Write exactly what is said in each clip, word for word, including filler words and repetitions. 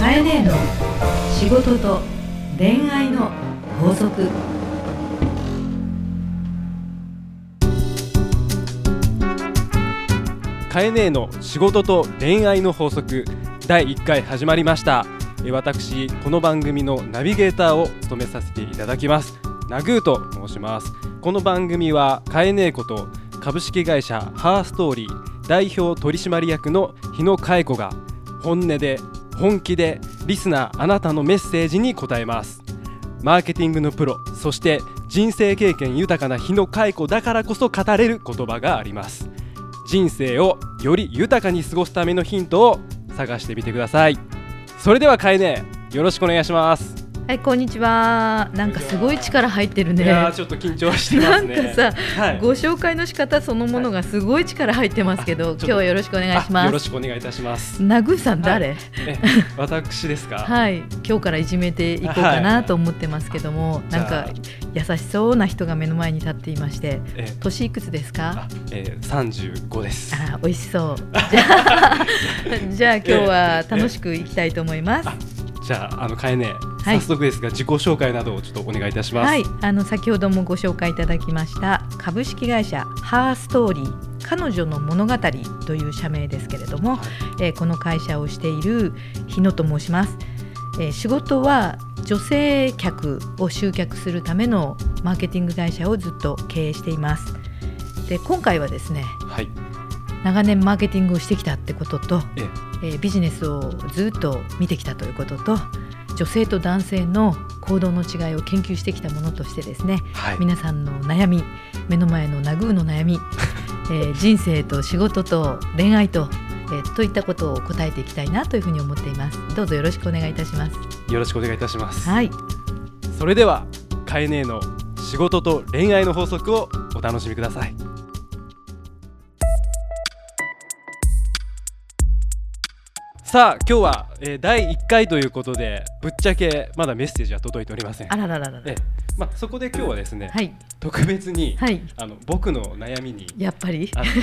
かえねえの仕事と恋愛の法則。 かえねえの仕事と恋愛の法則だいいっかい始まりました。私この番組のナビゲーターを務めさせていただきますナグーと申します。この番組はかえねえこと株式会社ハーストーリー代表取締役の日野佳恵子が本音で本気でリスナーあなたのメッセージに答えます。マーケティングのプロ、そして人生経験豊かな日野佳恵子だからこそ語れる言葉があります。人生をより豊かに過ごすためのヒントを探してみてください。それではかえねえ、よろしくお願いします。 はい、こんにちは。なんかすごい力入ってるね。 いやちょっと緊張してますね。 なんかさ、 はい、 ご紹介の仕方そのものがすごい力入ってますけど、はい、今日はよろしくお願いします。 よろしくお願いいたします。 ナグーさん誰？はい、 え私ですか？ はい、今日からいじめていこうかなと思ってますけども、はい、なんか優しそうな人が目の前に立っていまして、年いくつですか？ えー、さんじゅうごです。 あ、美味しそう。じゃあ、じゃあ今日は楽しくいきたいと思います。 じゃあ、あのかえねえ、早速ですが、はい、自己紹介などをちょっとお願いいたします。 はい、あの先ほどもご紹介いただきました株式会社ハーストーリー彼女の物語という社名ですけれども、はい、えー、この会社をしている日野と申します。えー、仕事は女性客を集客するためのマーケティング会社をずっと経営しています。で、今回はですね、はい、長年マーケティングをしてきたってことと、えええー、ビジネスをずっと見てきたということと、女性と男性の行動の違いを研究してきたものとしてですね、はい、皆さんの悩み、目の前のナグーの悩み、えー、人生と仕事と恋愛と、えー、といったことを答えていきたいなというふうに思っています。どうぞよろしくお願いいたします。 よろしくお願いいたします。 はい、 それではかえねえの仕事と恋愛の法則をお楽しみください。さあ今日は、えー、だいいっかいということで、ぶっちゃけまだメッセージは届いておりません。 あららららら、 えまあ、そこで今日はですね、はい、特別に、 はい、 あの僕の悩みにやっぱり、 はい、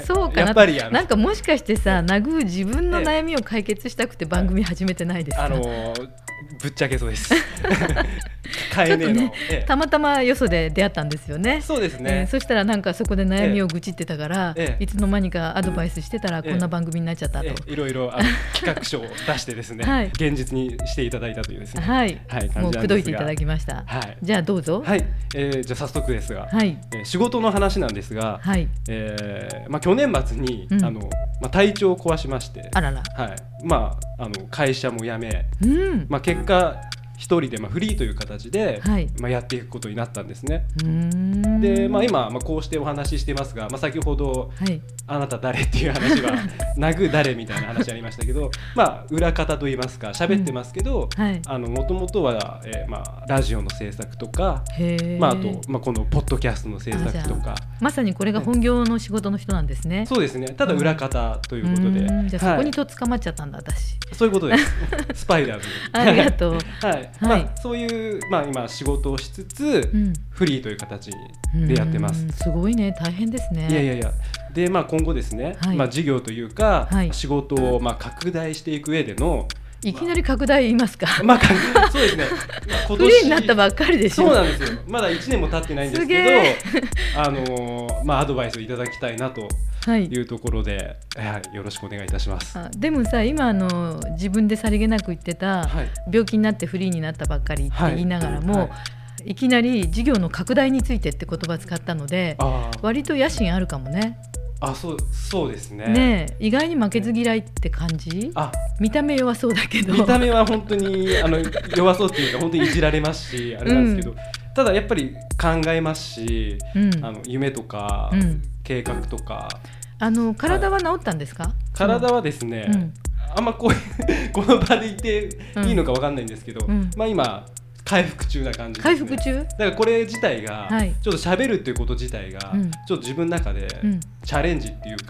そうかな。 やっぱりあのなんかもしかしてさ、ナグー自分の悩みを解決したくて番組始めてないですか？ あのー、ぶっちゃけそうですかえねえの、 ね、ええ、たまたまよそで出会ったんですよね。 そうですね、 えー、そしたらなんかそこで悩みを愚痴ってたから、ええ、いつの間にかアドバイスしてたらこんな番組になっちゃったと、ええ、 いろいろあの企画書を出してですね、はい、現実にしていただいたというですね、 はいはい、もう口説いていただきました。 はい、 じゃあどうぞ。 はい、えー、じゃあ早速ですが、 はい、 えー、仕事の話なんですが、はい、えーまあ、去年末に、うん、あのまあ、体調を壊しまして、 あらら、はい、 まあ、あの会社も辞め、 うん、 まあ、結果一人でまあフリーという形で、はい、まあ、やっていくことになったんですね。 うーんで、まあ、今、まあ、こうしてお話ししてますが、まあ、先ほど、はい、あなた誰っていう話はナグ誰みたいな話ありましたけどまあ裏方といいますか喋ってますけど、うん、はい、あのもともとは、えーまあ、ラジオの制作とか、まあ、あと、まあ、このポッドキャストの制作とか、 まさにこれが本業の仕事の人なんですね。 そうですね、ただ裏方ということで、 うん、じゃあそこにと捕まっちゃったんだ、はい、私。 そういうことですスパイダーズありがとう、 はい、まあ、そういう、まあ、今仕事をしつつ、うん、フリーという形でやってます。 すごいね、大変ですね。 いやいやいや、で、まあ、今後ですね、はい、まあ、事業というか、はい、仕事をまあ拡大していく上での、 いきなり拡大言いますか？ まあ、そうですね、 今年フリーになったばっかりでしょ。 そうなんですよ、まだいちねんも経ってないんですけどあの、まあ、アドバイスをいただきたいなというところで、はい、よろしくお願いいたします。 あ、でもさ、今あの自分でさりげなく言ってた、はい、病気になってフリーになったばっかりって言いながらも、はいはい、いきなり事業の拡大についてって言葉使ったので、割と野心あるかもね。 あ、そう、そうですね。 ねえ、意外に負けず嫌いって感じ？あ、見た目弱そうだけど。 見た目は本当にあの弱そうっていうか本当にいじられますしあれなんですけど、うん、ただやっぱり考えますし、うん、あの夢とか、うん、計画とか。 あの体は治ったんですか？はい、 体はですね、うん、あんまこうこの場でいていいのか分かんないんですけど、うん、まあ今回復中な感じですね。 回復中？ だからこれ自体が、はい、ちょっと喋るっていうこと自体が、うん、ちょっと自分の中でチャレンジっていうか、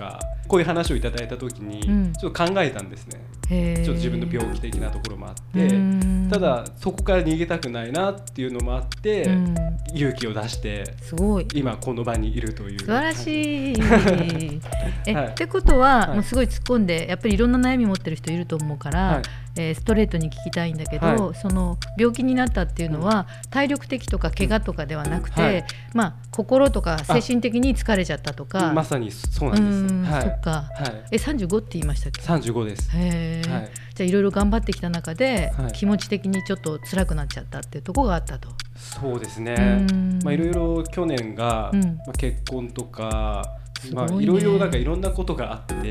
こういう話をいただいた時に、うん、ちょっと考えたんですね。ちょっと自分の病気的なところもあって、ただそこから逃げたくないなっていうのもあって、うん、勇気を出してすごい今この場にいるという。 素晴らしいえ、はい、ってことは、はい、もうすごい突っ込んでやっぱりいろんな悩み持ってる人いると思うから、はい、えー、ストレートに聞きたいんだけど、はい、その病気になったっていうのは、うん、体力的とか怪我とかではなくて、はい、まあ、心とか精神的に疲れちゃったとか。 まさにそうなんです、ね、はい、 そっか、はい、えさんじゅうごって言いましたっけ？ さんじゅうごです。 へー、はい、じゃあいろいろ頑張ってきた中で、はい、気持ち的にちょっと辛くなっちゃったっていうところがあったと。 そうですね、まあ、いろいろ去年が、うん、まあ、結婚とか、まあ、いろいろなんかいろんなことがあって、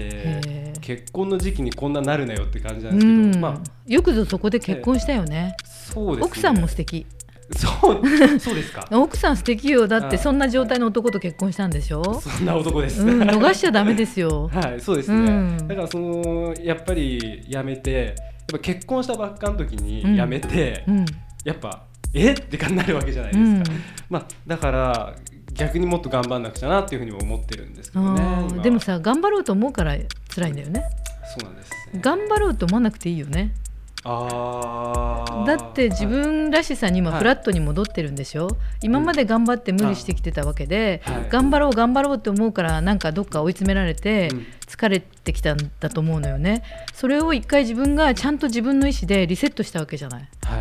結婚の時期にこんななるなよって感じなんですけど、うん、まあ、 よくぞそこで結婚したよね。 そうですね、 奥さんも素敵。 そうそうですか。 奥さん素敵よ。だってそんな状態の男と結婚したんでしょ。 そんな男です、 うん、逃しちゃダメですよ。 はい、そうですね、うん、だからそのやっぱりやめて、やっぱ結婚したばっかの時にやめて、うんうん、やっぱえってなるわけじゃないですか、うん、まあ、だから逆にもっと頑張んなくちゃなっていうふうにも思ってるんですけどね。 でもさ、頑張ろうと思うから辛いんだよね。 そうなんですね。 頑張ろうと思わなくていいよね。 あ、 だって自分らしさに今フラットに戻ってるんでしょ、はい、今まで頑張って無理してきてたわけで、うん、頑張ろう頑張ろうって思うからなんかどっか追い詰められて疲れてきたんだと思うのよね。それを一回自分がちゃんと自分の意思でリセットしたわけじゃない、はい、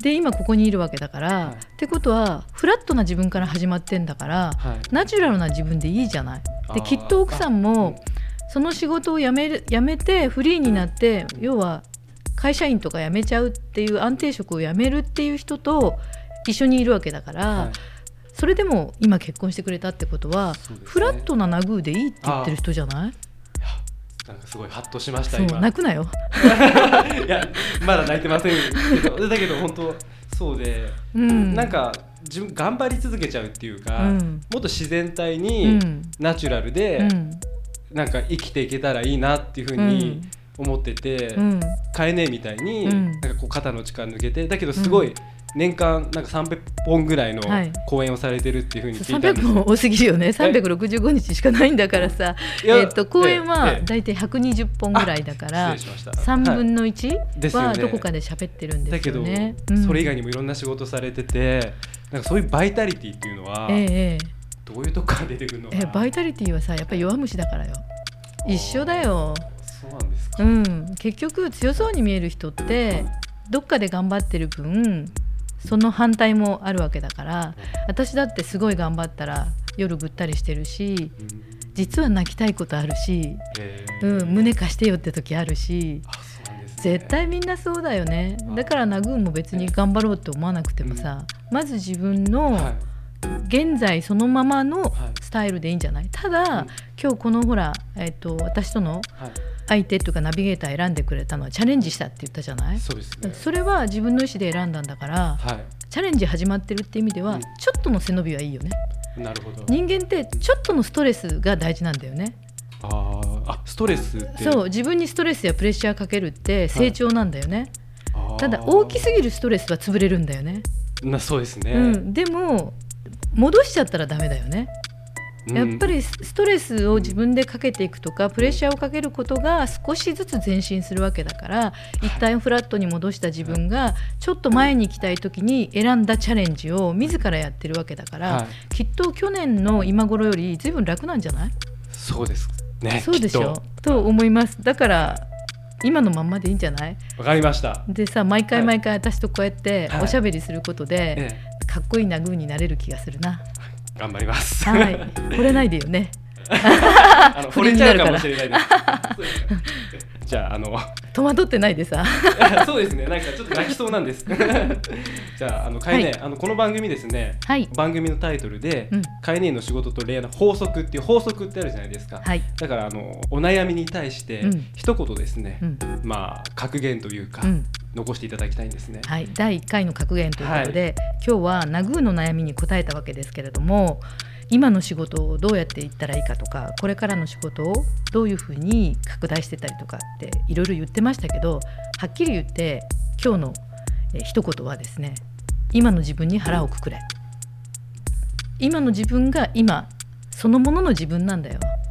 で今ここにいるわけだから、はい、ってことはフラットな自分から始まってんだから、はい、ナチュラルな自分でいいじゃない。できっと奥さんもその仕事を辞める、辞めてフリーになって、要は会社員とか辞めちゃうっていう安定職を辞めるっていう人と一緒にいるわけだから、はい、それでも今結婚してくれたってことは、ね、フラットなナグーでいいって言ってる人じゃない？いや、 なんかすごいハッとしました。 そう、 今泣くなよいや、まだ泣いてませんけど、だけど本当そうで、うん、なんか自分頑張り続けちゃうっていうか、うん、もっと自然体に、うん、ナチュラルで、うん、なんか生きていけたらいいなっていうふうに、うん、思ってて、うん、カエネみたいに、うん、なんかこう肩の力抜けて、だけどすごい年間なんかさんびゃっぽんぐらいの公演をされてるっていう風に聞いたんです、はい、さんびゃっぽん多すぎるよね。さんびゃくろくじゅうごにちしかないんだからさ、えー、と公演はだいたいひゃくにじゅっぽんぐらいだから、さんぶんのいちはどこかで喋ってるんですよね。 だけど、うん、それ以外にもいろんな仕事されてて、なんかそういうバイタリティっていうのは、えー、どういうとこから出てくるのかな。 えー、バイタリティはさ、やっぱり弱虫だからよ。一緒だよ。 そうなんですか。 うん、結局強そうに見える人ってどっかで頑張ってる分その反対もあるわけだから、私だってすごい頑張ったら夜ぐったりしてるし、実は泣きたいことあるし、うん、胸貸してよって時あるし、あ、そうなんですね、絶対みんなそうだよね。だからナグーも別に頑張ろうって思わなくてもさ、まず自分の現在そのままのスタイルでいいんじゃない。ただ今日このほら、えーと、私との相手というかナビゲーター選んでくれたのはチャレンジしたって言ったじゃない。 そうですね。 それは自分の意思で選んだんだから、はい、チャレンジ始まってるって意味では、うん、ちょっとの背伸びはいいよね。 なるほど。 人間ってちょっとのストレスが大事なんだよね。 ああ、ストレスって。 そう、自分にストレスやプレッシャーかけるって成長なんだよね、はい、ただ大きすぎるストレスは潰れるんだよね。 な、そうですね、 うん、でも戻しちゃったらダメだよね。やっぱりストレスを自分でかけていくとか、プレッシャーをかけることが少しずつ前進するわけだから、一旦フラットに戻した自分がちょっと前に行きたい時に選んだチャレンジを自らやってるわけだから、はい、きっと去年の今頃より随分楽なんじゃない？ そうですね。 そうでしょと思います。だから今のまんまでいいんじゃない？ わかりました。 でさ、毎回毎回私とこうやっておしゃべりすることで、はいはい、かっこいいナグーになれる気がするな。 頑張ります。 はい、惚れないでよね。 あの惚れちゃうかもしれないです。じゃあ、あの戸惑ってないでさ。 そうですね。なんかちょっと泣きそうなんです。じゃあ、あのカエネ、はい、あのこの番組ですね、はい、番組のタイトルで、うん、カエネの仕事と恋愛の法則っていう法則ってあるじゃないですか。はい、だからあのお悩みに対して、うん、一言ですね、うん、まあ格言というか、うん、残していただきたいんですね。 はい、だいいっかいの格言ということで、はい、今日はナグーの悩みに答えたわけですけれども、今の仕事をどうやっていったらいいかとか、これからの仕事をどういうふうに拡大してたりとかっていろいろ言ってましたけど、はっきり言って今日のえ一言はですね、今の自分に腹をくくれ。今の自分が今そのものの自分なんだよ、うん、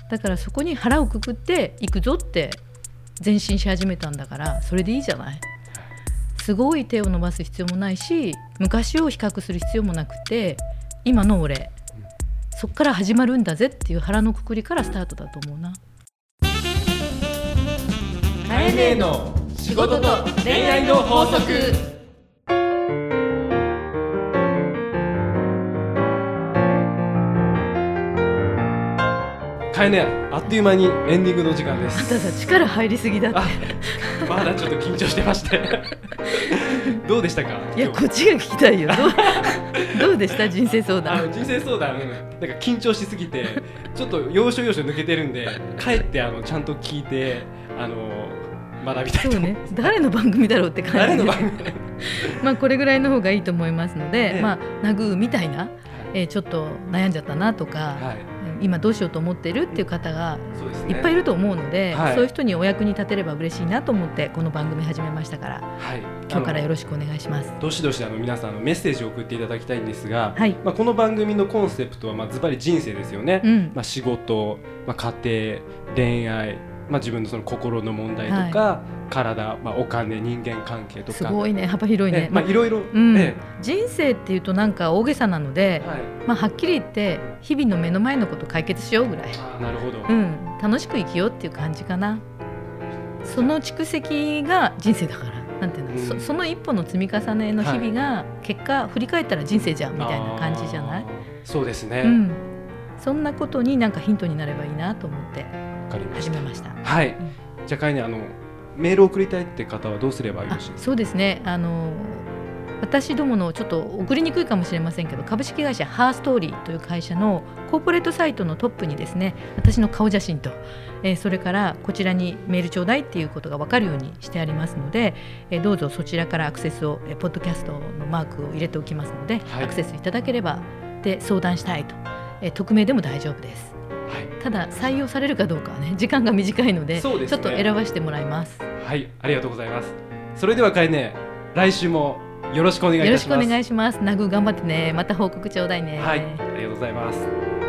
だからそこに腹をくくって行くぞって前進し始めたんだから、それでいいじゃない。すごい手を伸ばす必要もないし、昔を比較する必要もなくて、今の俺、そっから始まるんだぜっていう腹のくくりからスタートだと思うな。 かえねえの仕事と恋愛の法則。かえねえ、あっという間にエンディングの時間です。 あんたさ、力入りすぎだって。 まだちょっと緊張してましてどうでしたか。 いや、こっちが聞きたいよ。どう、どうでした人生相談。 あの人生相談、なんか緊張しすぎてちょっと要所要所抜けてるんで、帰ってあのちゃんと聞いてあの学びたいと思います。 そうね、誰の番組だろうって感じで誰の番組まあこれぐらいの方がいいと思いますので、 ええ、 まあナグーみたいな、えー、ちょっと悩んじゃったなとか、はい、今どうしようと思ってるっていう方がいっぱいいると思うので、そう、ね、はい、そういう人にお役に立てれば嬉しいなと思ってこの番組始めましたから、はい、今日からよろしくお願いします。 どしどしあの皆さんのメッセージを送っていただきたいんですが、はい、まあ、この番組のコンセプトはまあズバリ人生ですよね、うん、まあ、仕事、まあ、家庭、恋愛、まあ、自分のその心の問題とか、はい、体、まあ、お金、人間関係とか、 すごいね、幅広いね、 まあ、いろいろ、 うん、ええ、人生っていうとなんか大げさなので、はい、まあ、はっきり言って日々の目の前のことを解決しようぐらい。 あ、なるほど、 うん、楽しく生きようっていう感じかな。その蓄積が人生だから、なんていうの、うん、そ, その一歩の積み重ねの日々が結果、はい、振り返ったら人生じゃんみたいな感じじゃない。 そうですね、 うん、そんなことになんかヒントになればいいなと思って始めました。 はい、うん、じゃあかえね、あのメールを送りたいって方はどうすればいいでしょうか。 そうですね、あの私どものちょっと送りにくいかもしれませんけど、株式会社ハーストーリーという会社のコーポレートサイトのトップにですね、私の顔写真と、えー、それからこちらにメールちょうだいっていうことが分かるようにしてありますので、えー、どうぞそちらからアクセスを、えー、ポッドキャストのマークを入れておきますので、はい、アクセスいただければで相談したいと、えー、匿名でも大丈夫です。はい、ただ採用されるかどうかはね、時間が短いの で, で、ね、ちょっと選ばせてもらいます。 はい、ありがとうございます。それではかえね、来週もよろしくお願いいたします。 よろしくお願いします。ナグー頑張ってね。また報告ちょうだいね。 はい、ありがとうございます。